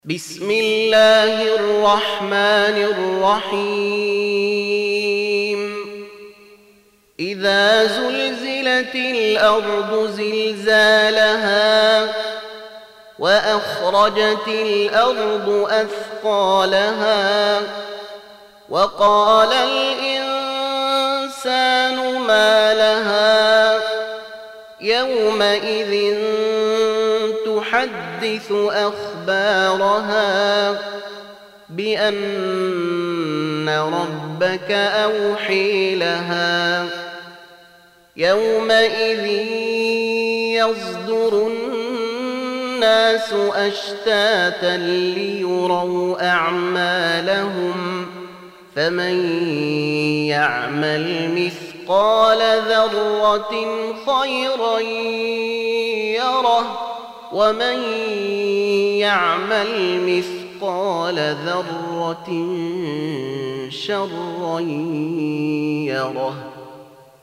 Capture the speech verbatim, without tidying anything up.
بسم الله الرحمن الرحيم إذا زلزلت الأرض زلزالها وأخرجت الأرض أثقالها وقال الإنسان ما لها يومئذ تحدث أخبارها بأن ربك أوحي لها يومئذ يصدر الناس أشتاتا ليروا أعمالهم فمن يعمل مثقال ذرة خيرا يره ومن يعمل مثقال ذرة شرا يره